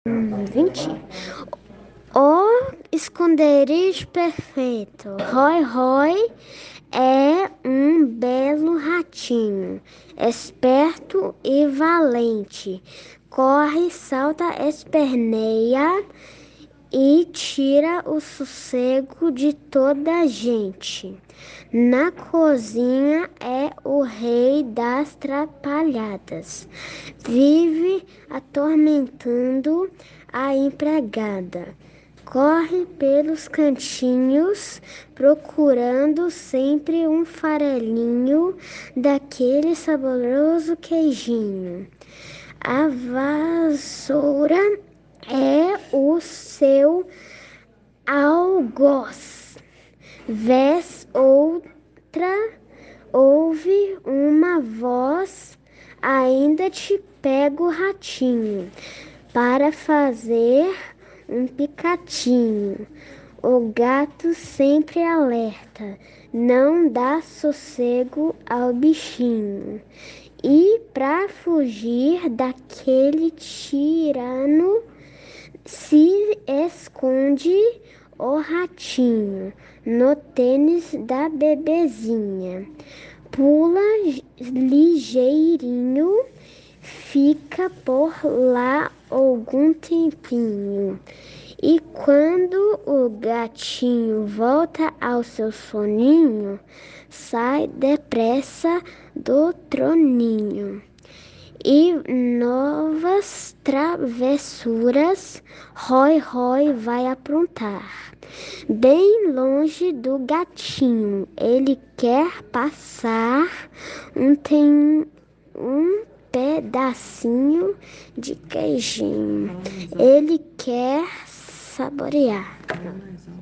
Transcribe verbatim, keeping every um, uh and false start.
Hum, vinte. O esconderijo perfeito. Roy Roy é um belo ratinho, esperto e valente. Corre, salta, esperneia e tira o sossego de toda a gente. Na cozinha é o rei das trapalhadas. Vive atormentando a empregada. Corre pelos cantinhos, procurando sempre um farelinho daquele saboroso queijinho. A vassoura é o seu algoz. Vez outra, ouve uma voz, ainda te pego, ratinho, para fazer um picatinho. O gato sempre alerta, não dá sossego ao bichinho. E para fugir daquele tirano, se esconde o ratinho no tênis da bebezinha. Pula ligeirinho, fica por lá algum tempinho. E quando o gatinho volta ao seu soninho, sai depressa do troninho. E novas travessuras Roy Roy vai aprontar. Bem longe do gatinho, ele quer passar um, tem, um pedacinho de queijinho. Ele quer saborear.